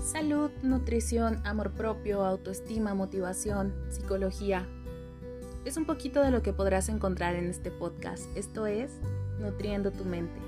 Salud, nutrición, amor propio, autoestima, motivación, psicología. Es un poquito de lo que podrás encontrar en este podcast. Esto es Nutriendo tu mente.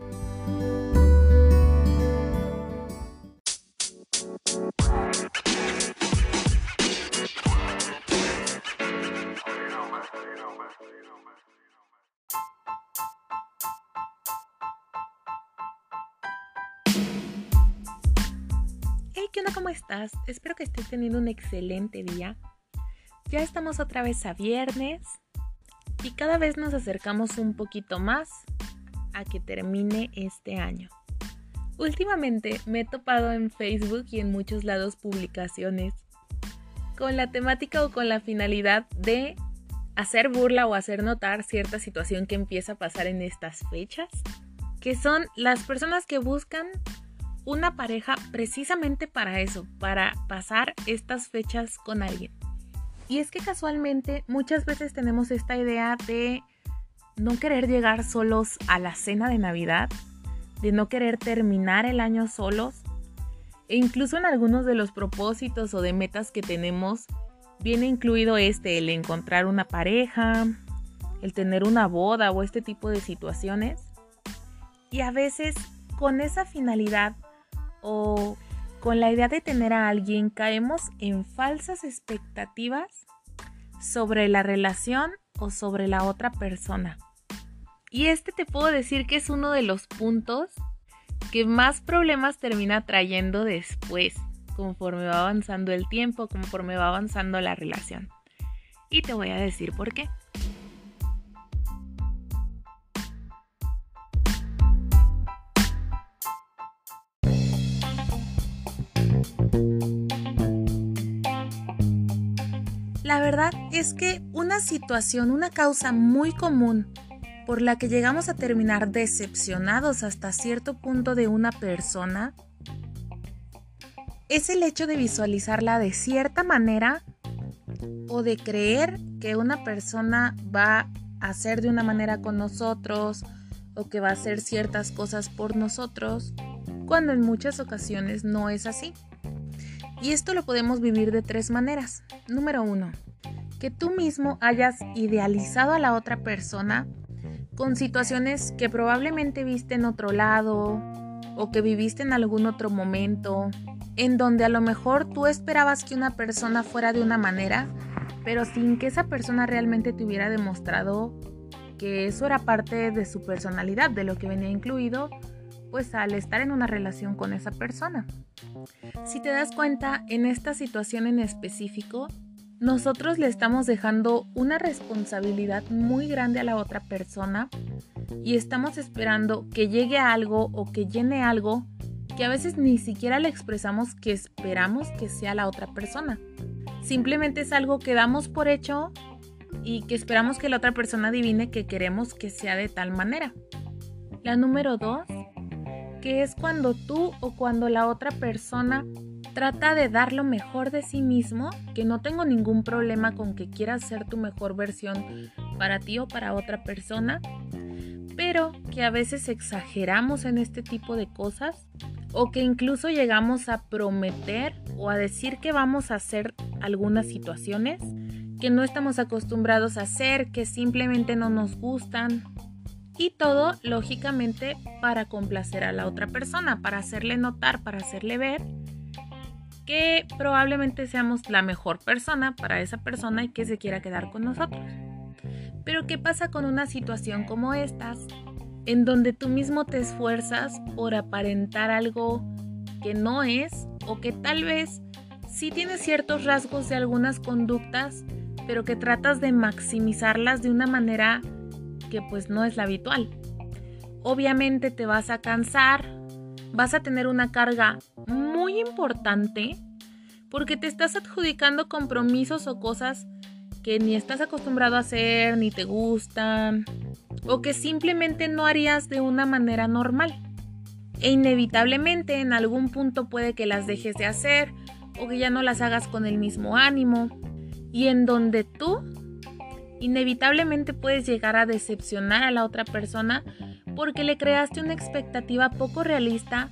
Hey, ¿qué onda? ¿Cómo estás? Espero que estés teniendo un excelente día. Ya estamos otra vez a viernes y cada vez nos acercamos un poquito más a que termine este año. Últimamente me he topado en Facebook y en muchos lados publicaciones con la temática o con la finalidad de hacer burla o hacer notar cierta situación que empieza a pasar en estas fechas, que son las personas que buscan una pareja precisamente para eso, para pasar estas fechas con alguien. Y es que casualmente muchas veces tenemos esta idea de no querer llegar solos a la cena de Navidad, de no querer terminar el año solos, e incluso en algunos de los propósitos o de metas que tenemos viene incluido el encontrar una pareja, el tener una boda o este tipo de situaciones. Y a veces con esa finalidad o con la idea de tener a alguien caemos en falsas expectativas sobre la relación o sobre la otra persona. Y te puedo decir que es uno de los puntos que más problemas termina trayendo después, conforme va avanzando el tiempo, conforme va avanzando la relación. Y te voy a decir por qué. La verdad es que una causa muy común por la que llegamos a terminar decepcionados hasta cierto punto de una persona es el hecho de visualizarla de cierta manera o de creer que una persona va a hacer de una manera con nosotros o que va a hacer ciertas cosas por nosotros, cuando en muchas ocasiones no es así. Y esto lo podemos vivir de 3 maneras. Número 1, que tú mismo hayas idealizado a la otra persona con situaciones que probablemente viste en otro lado o que viviste en algún otro momento, en donde a lo mejor tú esperabas que una persona fuera de una manera, pero sin que esa persona realmente te hubiera demostrado que eso era parte de su personalidad, de lo que venía incluido, pues al estar en una relación con esa persona. Si te das cuenta, en esta situación en específico, nosotros le estamos dejando una responsabilidad muy grande a la otra persona y estamos esperando que llegue a algo o que llene algo que a veces ni siquiera le expresamos que esperamos que sea la otra persona. Simplemente es algo que damos por hecho y que esperamos que la otra persona adivine que queremos que sea de tal manera. La número 2, que es cuando tú o cuando la otra persona trata de dar lo mejor de sí mismo, que no tengo ningún problema con que quieras ser tu mejor versión para ti o para otra persona, pero que a veces exageramos en este tipo de cosas o que incluso llegamos a prometer o a decir que vamos a hacer algunas situaciones que no estamos acostumbrados a hacer, que simplemente no nos gustan. Y todo, lógicamente, para complacer a la otra persona, para hacerle notar, para hacerle ver que probablemente seamos la mejor persona para esa persona y que se quiera quedar con nosotros. Pero ¿qué pasa con una situación como estas, en donde tú mismo te esfuerzas por aparentar algo que no es, o que tal vez sí tienes ciertos rasgos de algunas conductas, pero que tratas de maximizarlas de una manera que pues no es la habitual? Obviamente te vas a cansar, vas a tener una carga muy importante porque te estás adjudicando compromisos o cosas que ni estás acostumbrado a hacer, ni te gustan, o que simplemente no harías de una manera normal. E inevitablemente en algún punto puede que las dejes de hacer o que ya no las hagas con el mismo ánimo, y en donde tú inevitablemente puedes llegar a decepcionar a la otra persona porque le creaste una expectativa poco realista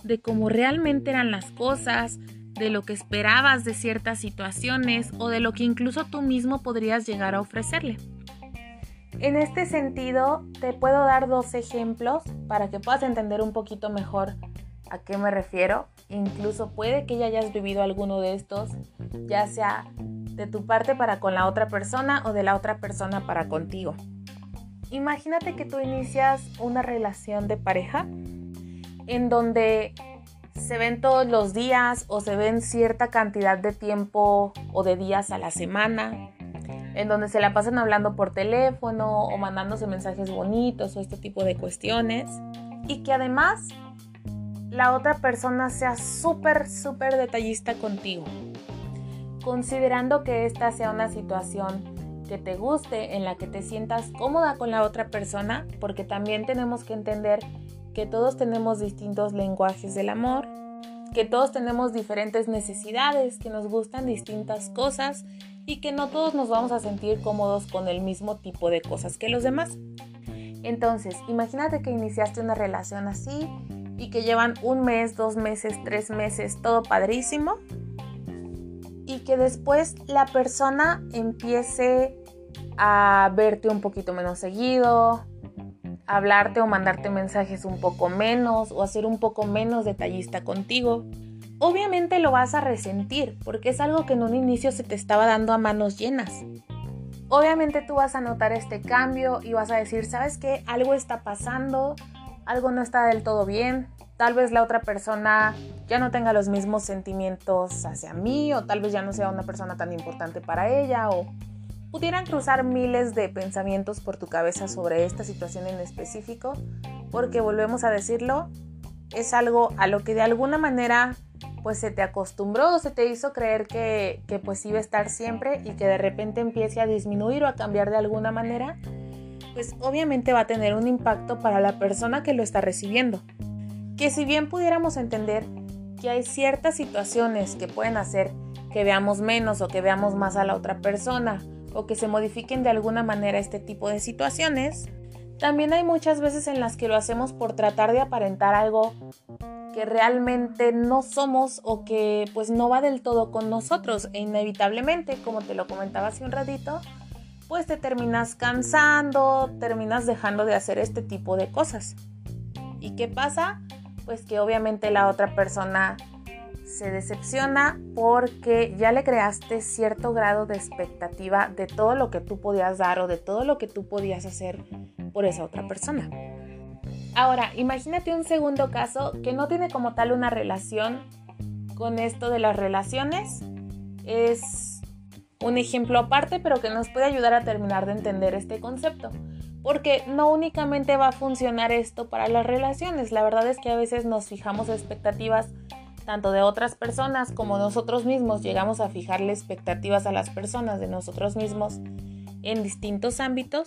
de cómo realmente eran las cosas, de lo que esperabas de ciertas situaciones o de lo que incluso tú mismo podrías llegar a ofrecerle. En este sentido, te puedo dar 2 ejemplos para que puedas entender un poquito mejor a qué me refiero. Incluso puede que ya hayas vivido alguno de estos, ya sea de tu parte para con la otra persona o de la otra persona para contigo. Imagínate que tú inicias una relación de pareja en donde se ven todos los días o se ven cierta cantidad de tiempo o de días a la semana, en donde se la pasan hablando por teléfono o mandándose mensajes bonitos o este tipo de cuestiones, y que además la otra persona sea súper detallista contigo, considerando que esta sea una situación que te guste, en la que te sientas cómoda con la otra persona, porque también tenemos que entender que todos tenemos distintos lenguajes del amor, que todos tenemos diferentes necesidades, que nos gustan distintas cosas y que no todos nos vamos a sentir cómodos con el mismo tipo de cosas que los demás. Entonces, imagínate que iniciaste una relación así y que llevan 1 mes, 2 meses, 3 meses, todo padrísimo, y que después la persona empiece a verte un poquito menos seguido, hablarte o mandarte mensajes un poco menos o hacer un poco menos detallista contigo. Obviamente lo vas a resentir porque es algo que en un inicio se te estaba dando a manos llenas. Obviamente tú vas a notar este cambio y vas a decir, ¿sabes qué? Algo está pasando, algo no está del todo bien. Tal vez la otra persona ya no tenga los mismos sentimientos hacia mí, o tal vez ya no sea una persona tan importante para ella, o pudieran cruzar miles de pensamientos por tu cabeza sobre esta situación en específico, porque volvemos a decirlo, es algo a lo que de alguna manera pues se te acostumbró o se te hizo creer que pues iba a estar siempre, y que de repente empiece a disminuir o a cambiar de alguna manera, pues obviamente va a tener un impacto para la persona que lo está recibiendo. Que si bien pudiéramos entender que hay ciertas situaciones que pueden hacer que veamos menos o que veamos más a la otra persona, o que se modifiquen de alguna manera este tipo de situaciones, también hay muchas veces en las que lo hacemos por tratar de aparentar algo que realmente no somos o que pues no va del todo con nosotros, e inevitablemente, como te lo comentaba hace un ratito, pues te terminas cansando, terminas dejando de hacer este tipo de cosas. ¿Y qué pasa? Pues que obviamente la otra persona se decepciona porque ya le creaste cierto grado de expectativa de todo lo que tú podías dar o de todo lo que tú podías hacer por esa otra persona. Ahora, imagínate un segundo caso que no tiene como tal una relación con esto de las relaciones. Es un ejemplo aparte, pero que nos puede ayudar a terminar de entender este concepto. Porque no únicamente va a funcionar esto para las relaciones. La verdad es que a veces nos fijamos expectativas tanto de otras personas como nosotros mismos. Llegamos a fijarle expectativas a las personas de nosotros mismos en distintos ámbitos.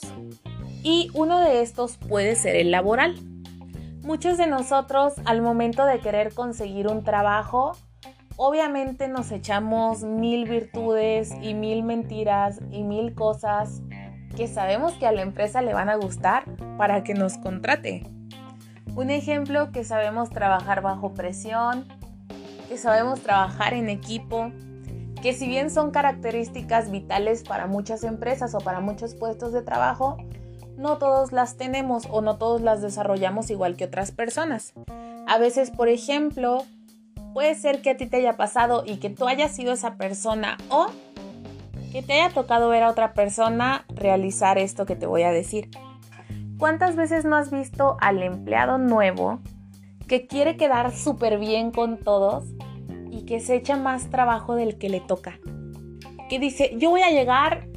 Y uno de estos puede ser el laboral. Muchos de nosotros, al momento de querer conseguir un trabajo, obviamente nos echamos 1000 virtudes y 1000 mentiras y 1000 cosas que sabemos que a la empresa le van a gustar para que nos contrate. Un ejemplo, que sabemos trabajar bajo presión, que sabemos trabajar en equipo, que si bien son características vitales para muchas empresas o para muchos puestos de trabajo, no todos las tenemos o no todos las desarrollamos igual que otras personas. A veces, por ejemplo, puede ser que a ti te haya pasado y que tú hayas sido esa persona, o que te haya tocado ver a otra persona realizar esto que te voy a decir. ¿Cuántas veces no has visto al empleado nuevo que quiere quedar súper bien con todos y que se echa más trabajo del que le toca? Que dice, yo voy a llegar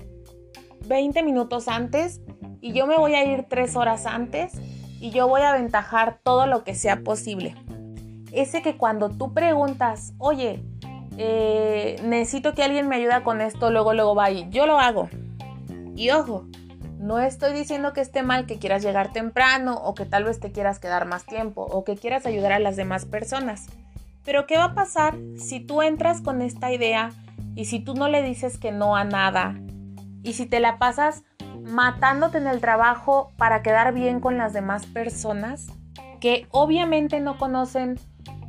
20 minutos antes y yo me voy a ir 3 horas antes y yo voy a aventajar todo lo que sea posible. Ese que cuando tú preguntas, oye, necesito que alguien me ayude con esto, luego va y yo lo hago. Y ojo, no estoy diciendo que esté mal que quieras llegar temprano o que tal vez te quieras quedar más tiempo o que quieras ayudar a las demás personas. Pero ¿qué va a pasar si tú entras con esta idea y si tú no le dices que no a nada? Y si te la pasas matándote en el trabajo para quedar bien con las demás personas que obviamente no conocen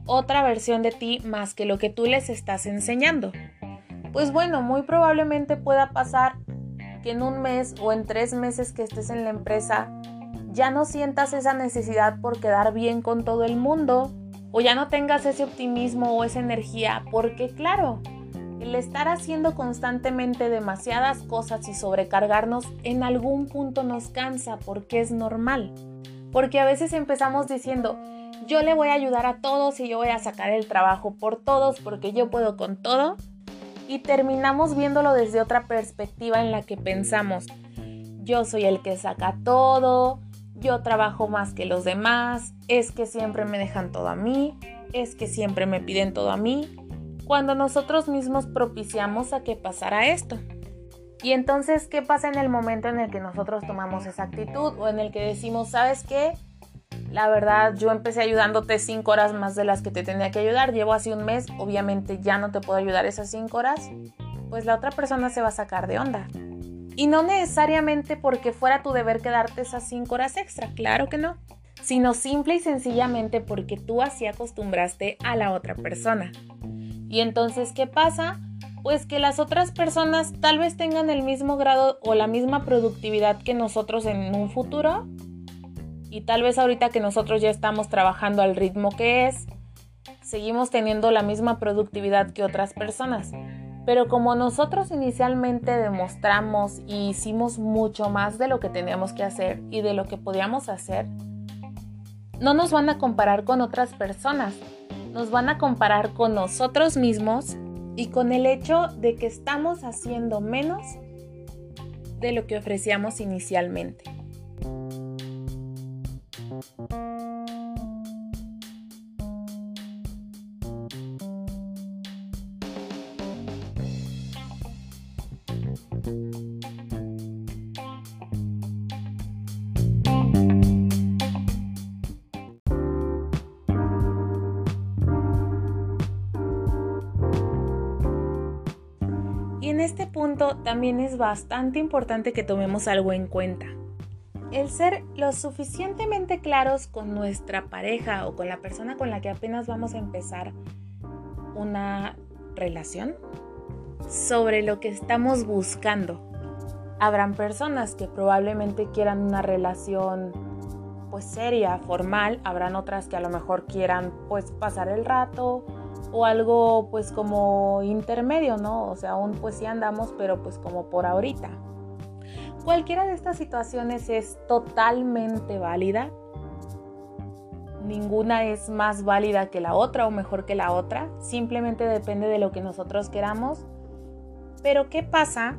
otra versión de ti más que lo que tú les estás enseñando. Pues bueno, muy probablemente pueda pasar que en un mes o en 3 meses que estés en la empresa ya no sientas esa necesidad por quedar bien con todo el mundo, o ya no tengas ese optimismo o esa energía, porque claro, el estar haciendo constantemente demasiadas cosas y sobrecargarnos en algún punto nos cansa, porque es normal. Porque a veces empezamos diciendo, yo le voy a ayudar a todos y yo voy a sacar el trabajo por todos porque yo puedo con todo, y terminamos viéndolo desde otra perspectiva en la que pensamos, yo soy el que saca todo, yo trabajo más que los demás, es que siempre me dejan todo a mí, es que siempre me piden todo a mí, cuando nosotros mismos propiciamos a que pasara esto. Y entonces, ¿qué pasa en el momento en el que nosotros tomamos esa actitud o en el que decimos, ¿sabes qué? La verdad, yo empecé ayudándote 5 horas más de las que te tenía que ayudar, llevo así un mes, obviamente ya no te puedo ayudar esas 5 horas, pues la otra persona se va a sacar de onda. Y no necesariamente porque fuera tu deber quedarte esas 5 horas extra, claro que no, sino simple y sencillamente porque tú así acostumbraste a la otra persona. Y entonces, ¿qué pasa? Pues que las otras personas tal vez tengan el mismo grado o la misma productividad que nosotros en un futuro, y tal vez ahorita que nosotros ya estamos trabajando al ritmo que es, seguimos teniendo la misma productividad que otras personas. Pero como nosotros inicialmente demostramos y hicimos mucho más de lo que teníamos que hacer y de lo que podíamos hacer, no nos van a comparar con otras personas, nos van a comparar con nosotros mismos y con el hecho de que estamos haciendo menos de lo que ofrecíamos inicialmente. Y en este punto también es bastante importante que tomemos algo en cuenta. El ser lo suficientemente claros con nuestra pareja o con la persona con la que apenas vamos a empezar una relación sobre lo que estamos buscando. Habrán personas que probablemente quieran una relación pues seria, formal, habrán otras que a lo mejor quieran pues pasar el rato o algo pues como intermedio, ¿no? O sea, aún pues sí andamos, pero pues como por ahorita. Cualquiera de estas situaciones es totalmente válida. Ninguna es más válida que la otra o mejor que la otra. Simplemente depende de lo que nosotros queramos. Pero ¿qué pasa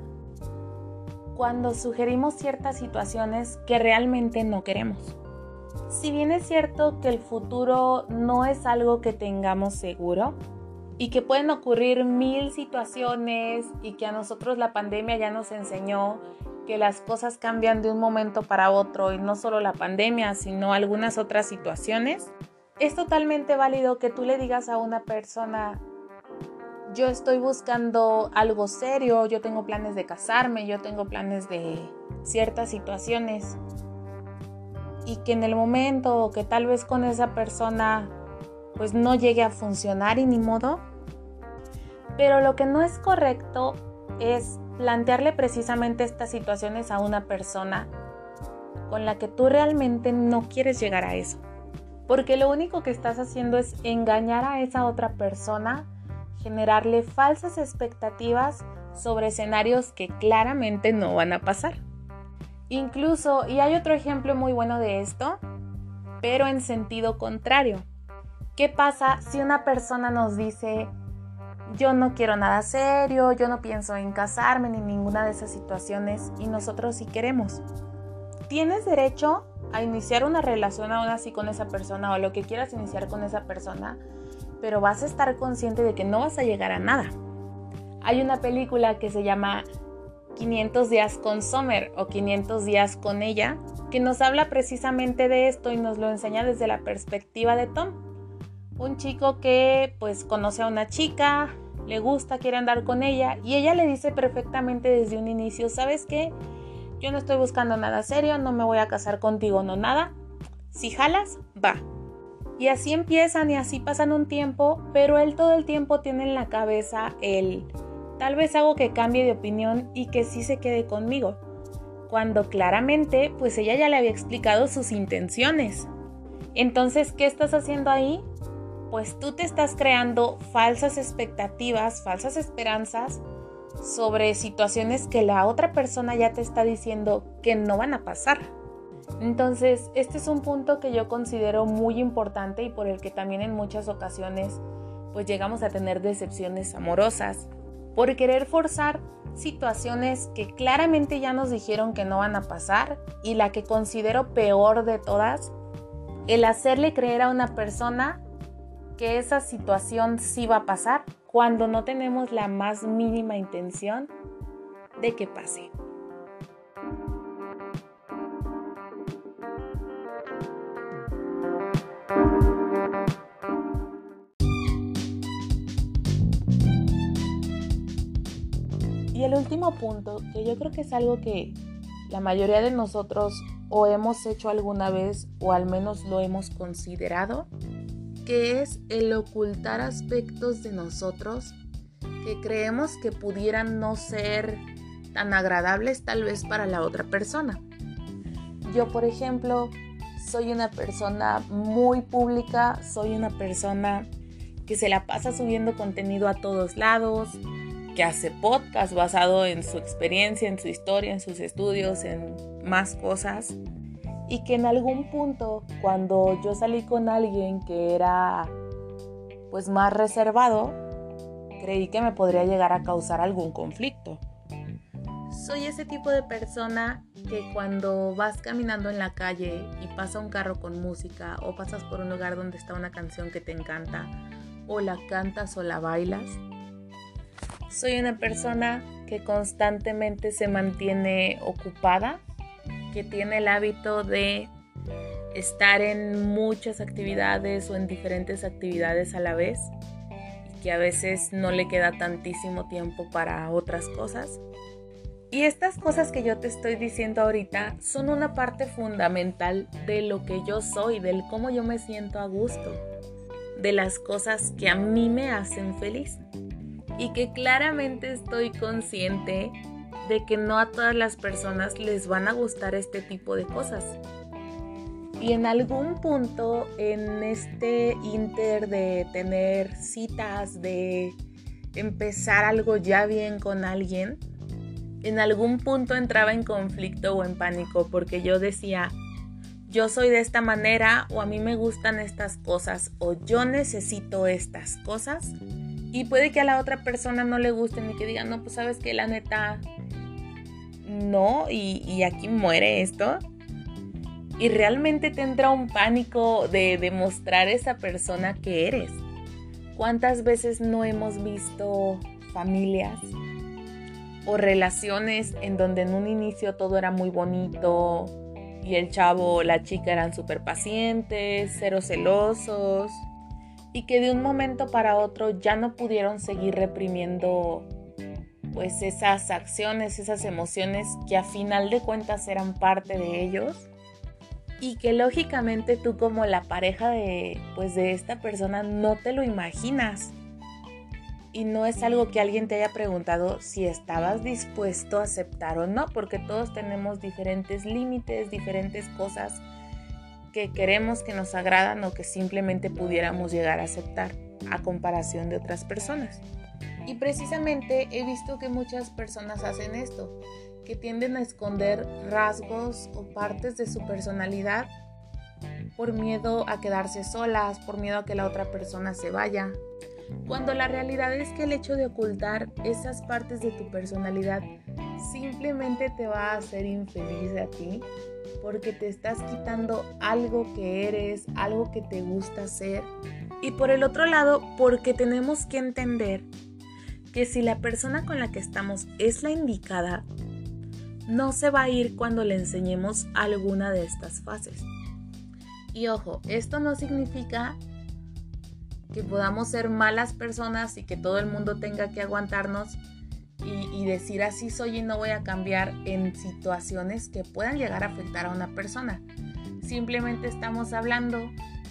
cuando sugerimos ciertas situaciones que realmente no queremos? Si bien es cierto que el futuro no es algo que tengamos seguro y que pueden ocurrir 1000 situaciones y que a nosotros la pandemia ya nos enseñó que las cosas cambian de un momento para otro y no solo la pandemia, sino algunas otras situaciones, es totalmente válido que tú le digas a una persona, yo estoy buscando algo serio, yo tengo planes de casarme, yo tengo planes de ciertas situaciones, y que en el momento que tal vez con esa persona pues no llegue a funcionar y ni modo. Pero lo que no es correcto es plantearle precisamente estas situaciones a una persona con la que tú realmente no quieres llegar a eso. Porque lo único que estás haciendo es engañar a esa otra persona, generarle falsas expectativas sobre escenarios que claramente no van a pasar. Incluso, y hay otro ejemplo muy bueno de esto, pero en sentido contrario. ¿Qué pasa si una persona nos dice, yo no quiero nada serio, yo no pienso en casarme ni ninguna de esas situaciones y nosotros sí queremos? Tienes derecho a iniciar una relación aún así con esa persona o lo que quieras iniciar con esa persona, pero vas a estar consciente de que no vas a llegar a nada. Hay una película que se llama 500 días con Summer o 500 días con ella, que nos habla precisamente de esto y nos lo enseña desde la perspectiva de Tom. Un chico que pues conoce a una chica, le gusta, quiere andar con ella y ella le dice perfectamente desde un inicio, ¿sabes qué? Yo no estoy buscando nada serio, no me voy a casar contigo, no nada. Si jalas, va. Y así empiezan y así pasan un tiempo, pero él todo el tiempo tiene en la cabeza el tal vez hago que cambie de opinión y que sí se quede conmigo, cuando claramente pues ella ya le había explicado sus intenciones. Entonces, ¿qué estás haciendo ahí? Pues tú te estás creando falsas expectativas, falsas esperanzas sobre situaciones que la otra persona ya te está diciendo que no van a pasar. Entonces, este es un punto que yo considero muy importante y por el que también en muchas ocasiones pues llegamos a tener decepciones amorosas, por querer forzar situaciones que claramente ya nos dijeron que no van a pasar, y la que considero peor de todas, el hacerle creer a una persona que esa situación sí va a pasar cuando no tenemos la más mínima intención de que pase. Y el último punto, que yo creo que es algo que la mayoría de nosotros o hemos hecho alguna vez o al menos lo hemos considerado, que es el ocultar aspectos de nosotros que creemos que pudieran no ser tan agradables tal vez para la otra persona. Yo, por ejemplo, soy una persona muy pública, soy una persona que se la pasa subiendo contenido a todos lados, que hace podcast basado en su experiencia, en su historia, en sus estudios, en más cosas. Y que en algún punto, cuando yo salí con alguien que era pues más reservado, creí que me podría llegar a causar algún conflicto. Soy ese tipo de persona que cuando vas caminando en la calle y pasa un carro con música o pasas por un lugar donde está una canción que te encanta, o la cantas o la bailas, soy una persona que constantemente se mantiene ocupada, que tiene el hábito de estar en muchas actividades o en diferentes actividades a la vez y que a veces no le queda tantísimo tiempo para otras cosas. Y estas cosas que yo te estoy diciendo ahorita son una parte fundamental de lo que yo soy, del cómo yo me siento a gusto, de las cosas que a mí me hacen feliz. Y que claramente estoy consciente de que no a todas las personas les van a gustar este tipo de cosas. Y en algún punto en este inter de tener citas, de empezar algo ya bien con alguien, en algún punto entraba en conflicto o en pánico porque yo decía, yo soy de esta manera, o a mí me gustan estas cosas, o yo necesito estas cosas. Y puede que a la otra persona no le gusten y que digan, no, pues sabes que la neta no, y aquí muere esto. Y realmente te entra un pánico de demostrar a esa persona que eres. ¿Cuántas veces no hemos visto familias o relaciones en donde en un inicio todo era muy bonito y el chavo o la chica eran súper pacientes, cero celosos, y que de un momento para otro ya no pudieron seguir reprimiendo pues esas acciones, esas emociones que a final de cuentas eran parte de ellos, y que lógicamente tú como la pareja de esta persona no te lo imaginas? Y no es algo que alguien te haya preguntado si estabas dispuesto a aceptar o no, porque todos tenemos diferentes límites, diferentes cosas que queremos, que nos agradan o que simplemente pudiéramos llegar a aceptar a comparación de otras personas. Y precisamente he visto que muchas personas hacen esto, que tienden a esconder rasgos o partes de su personalidad por miedo a quedarse solas, por miedo a que la otra persona se vaya, cuando la realidad es que el hecho de ocultar esas partes de tu personalidad simplemente te va a hacer infeliz a ti, porque te estás quitando algo que eres, algo que te gusta hacer. Y por el otro lado, porque tenemos que entender que si la persona con la que estamos es la indicada, no se va a ir cuando le enseñemos alguna de estas fases. Y ojo, esto no significa que podamos ser malas personas y que todo el mundo tenga que aguantarnos y decir así soy y no voy a cambiar en situaciones que puedan llegar a afectar a una persona. Simplemente estamos hablando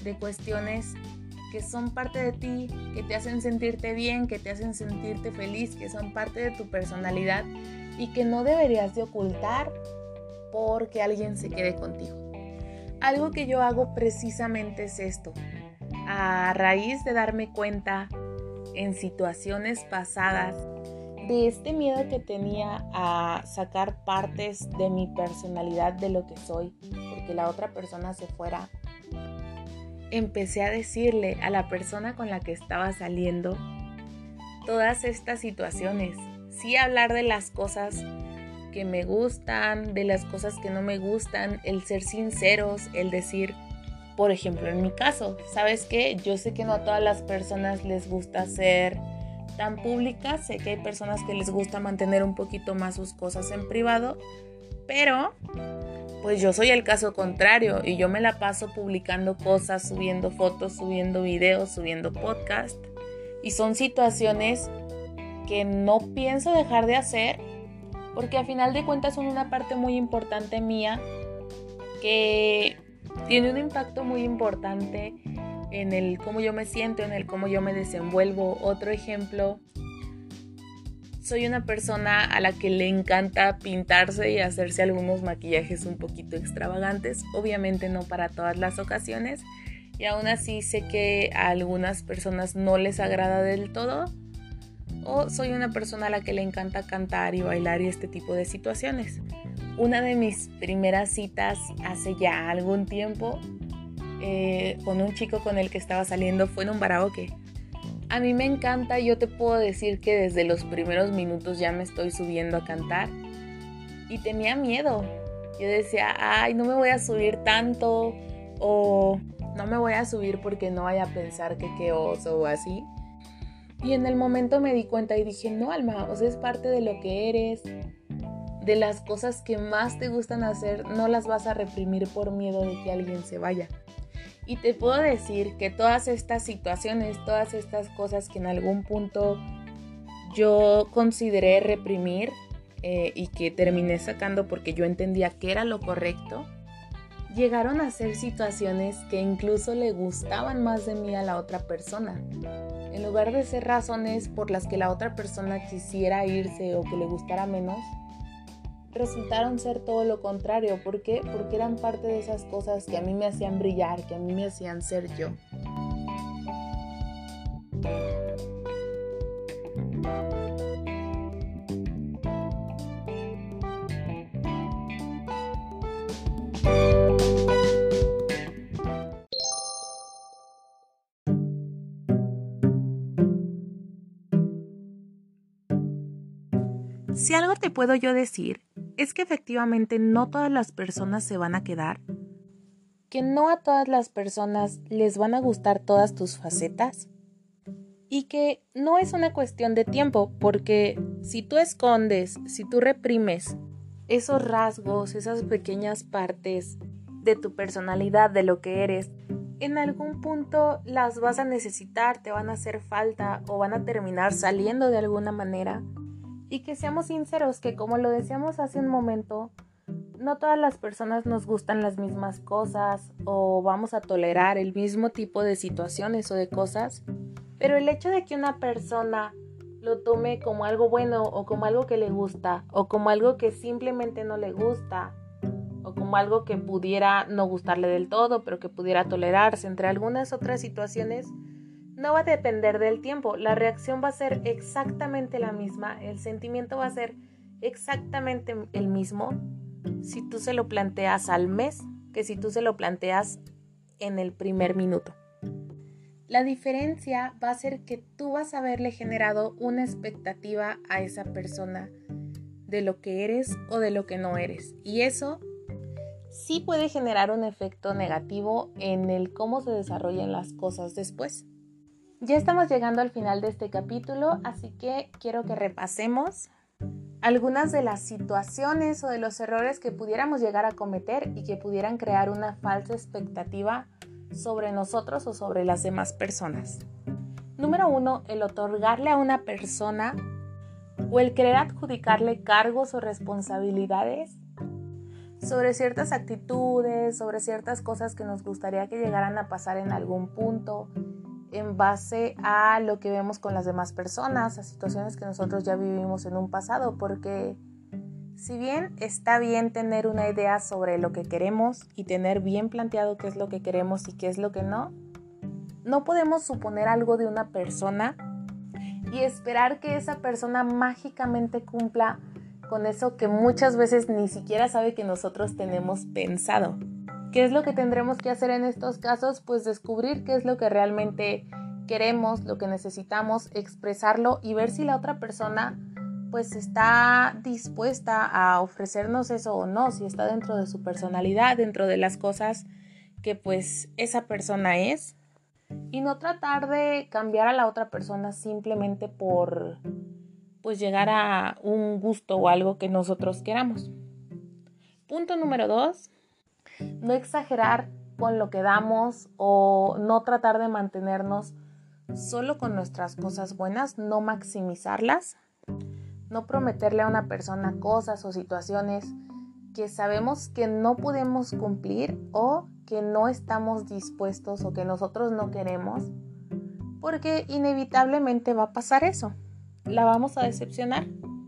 de cuestiones que son parte de ti, que te hacen sentirte bien, que te hacen sentirte feliz, que son parte de tu personalidad y que no deberías de ocultar porque alguien se quede contigo. Algo que yo hago precisamente es esto. A raíz de darme cuenta en situaciones pasadas de este miedo que tenía a sacar partes de mi personalidad, de lo que soy, porque la otra persona se fuera, empecé a decirle a la persona con la que estaba saliendo todas estas situaciones. Sí, hablar de las cosas que me gustan, de las cosas que no me gustan, el ser sinceros, el decir, por ejemplo, en mi caso, ¿sabes qué? Yo sé que no a todas las personas les gusta ser tan públicas, sé que hay personas que les gusta mantener un poquito más sus cosas en privado, pero pues yo soy el caso contrario y yo me la paso publicando cosas, subiendo fotos, subiendo videos, subiendo podcast, y son situaciones que no pienso dejar de hacer porque a final de cuentas son una parte muy importante mía que tiene un impacto muy importante en el cómo yo me siento, en el cómo yo me desenvuelvo. Otro ejemplo, soy una persona a la que le encanta pintarse y hacerse algunos maquillajes un poquito extravagantes, obviamente no para todas las ocasiones, y aún así sé que a algunas personas no les agrada del todo, o soy una persona a la que le encanta cantar y bailar y este tipo de situaciones. Una de mis primeras citas hace ya algún tiempo con un chico con el que estaba saliendo fue en un karaoke. A mí me encanta, yo te puedo decir que desde los primeros minutos ya me estoy subiendo a cantar y tenía miedo. Yo decía, ay, no me voy a subir tanto, o no me voy a subir porque no vaya a pensar que qué oso o así. Y en el momento me di cuenta y dije, no, Alma, o sea, es parte de lo que eres, de las cosas que más te gustan hacer, no las vas a reprimir por miedo de que alguien se vaya. Y te puedo decir que todas estas situaciones, todas estas cosas que en algún punto yo consideré reprimir y que terminé sacando porque yo entendía que era lo correcto, llegaron a ser situaciones que incluso le gustaban más de mí a la otra persona. En lugar de ser razones por las que la otra persona quisiera irse o que le gustara menos, resultaron ser todo lo contrario. ¿Por qué? Porque eran parte de esas cosas que a mí me hacían brillar, que a mí me hacían ser yo. Si algo te puedo yo decir, es que efectivamente no todas las personas se van a quedar, que no a todas las personas les van a gustar todas tus facetas y que no es una cuestión de tiempo, porque si tú escondes, si tú reprimes esos rasgos, esas pequeñas partes de tu personalidad, de lo que eres, en algún punto las vas a necesitar, te van a hacer falta o van a terminar saliendo de alguna manera. Y que seamos sinceros, que como lo decíamos hace un momento, no todas las personas nos gustan las mismas cosas o vamos a tolerar el mismo tipo de situaciones o de cosas, pero el hecho de que una persona lo tome como algo bueno o como algo que le gusta o como algo que simplemente no le gusta o como algo que pudiera no gustarle del todo pero que pudiera tolerarse entre algunas otras situaciones, no va a depender del tiempo. La reacción va a ser exactamente la misma, el sentimiento va a ser exactamente el mismo si tú se lo planteas al mes que si tú se lo planteas en el primer minuto. La diferencia va a ser que tú vas a haberle generado una expectativa a esa persona de lo que eres o de lo que no eres, y eso sí puede generar un efecto negativo en el cómo se desarrollan las cosas después. Ya estamos llegando al final de este capítulo, así que quiero que repasemos algunas de las situaciones o de los errores que pudiéramos llegar a cometer y que pudieran crear una falsa expectativa sobre nosotros o sobre las demás personas. Número 1, el otorgarle a una persona o el querer adjudicarle cargos o responsabilidades sobre ciertas actitudes, sobre ciertas cosas que nos gustaría que llegaran a pasar en algún punto, en base a lo que vemos con las demás personas, a situaciones que nosotros ya vivimos en un pasado, porque si bien está bien tener una idea sobre lo que queremos y tener bien planteado qué es lo que queremos y qué es lo que no, no podemos suponer algo de una persona y esperar que esa persona mágicamente cumpla con eso que muchas veces ni siquiera sabe que nosotros tenemos pensado. ¿Qué es lo que tendremos que hacer en estos casos? Pues descubrir qué es lo que realmente queremos, lo que necesitamos, expresarlo y ver si la otra persona pues está dispuesta a ofrecernos eso o no, si está dentro de su personalidad, dentro de las cosas que pues esa persona es. Y no tratar de cambiar a la otra persona simplemente por pues llegar a un gusto o algo que nosotros queramos. Punto número 2, no exagerar con lo que damos o no tratar de mantenernos solo con nuestras cosas buenas, no maximizarlas, no prometerle a una persona cosas o situaciones que sabemos que no podemos cumplir o que no estamos dispuestos o que nosotros no queremos, porque inevitablemente va a pasar eso, la vamos a decepcionar.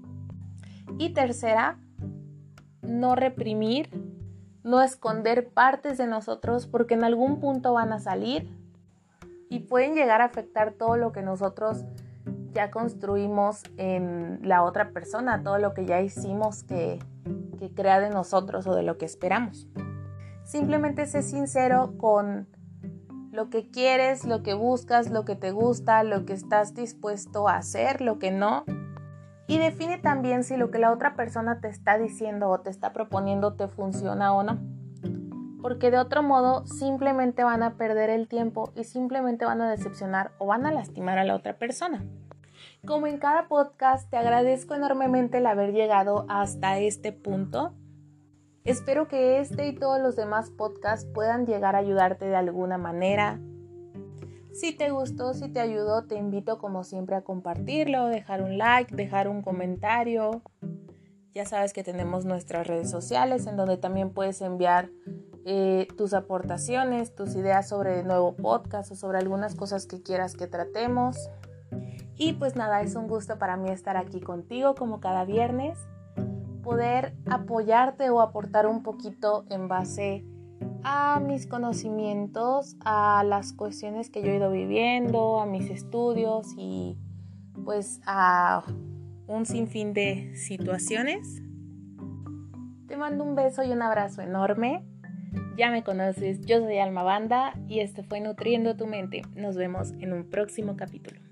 Y tercera, no reprimir, no esconder partes de nosotros porque en algún punto van a salir y pueden llegar a afectar todo lo que nosotros ya construimos en la otra persona, todo lo que ya hicimos que crea de nosotros o de lo que esperamos. Simplemente sé sincero con lo que quieres, lo que buscas, lo que te gusta, lo que estás dispuesto a hacer, lo que no. Y define también si lo que la otra persona te está diciendo o te está proponiendo te funciona o no. Porque de otro modo simplemente van a perder el tiempo y simplemente van a decepcionar o van a lastimar a la otra persona. Como en cada podcast, te agradezco enormemente el haber llegado hasta este punto. Espero que este y todos los demás podcasts puedan llegar a ayudarte de alguna manera. Si te gustó, si te ayudó, te invito como siempre a compartirlo, dejar un like, dejar un comentario. Ya sabes que tenemos nuestras redes sociales en donde también puedes enviar tus aportaciones, tus ideas sobre el nuevo podcast o sobre algunas cosas que quieras que tratemos. Y pues nada, es un gusto para mí estar aquí contigo como cada viernes, poder apoyarte o aportar un poquito en base a mis conocimientos, a las cuestiones que yo he ido viviendo, a mis estudios y pues a un sinfín de situaciones. Te mando un beso y un abrazo enorme. Ya me conoces, yo soy Alma Banda y esto fue Nutriendo tu Mente. Nos vemos en un próximo capítulo.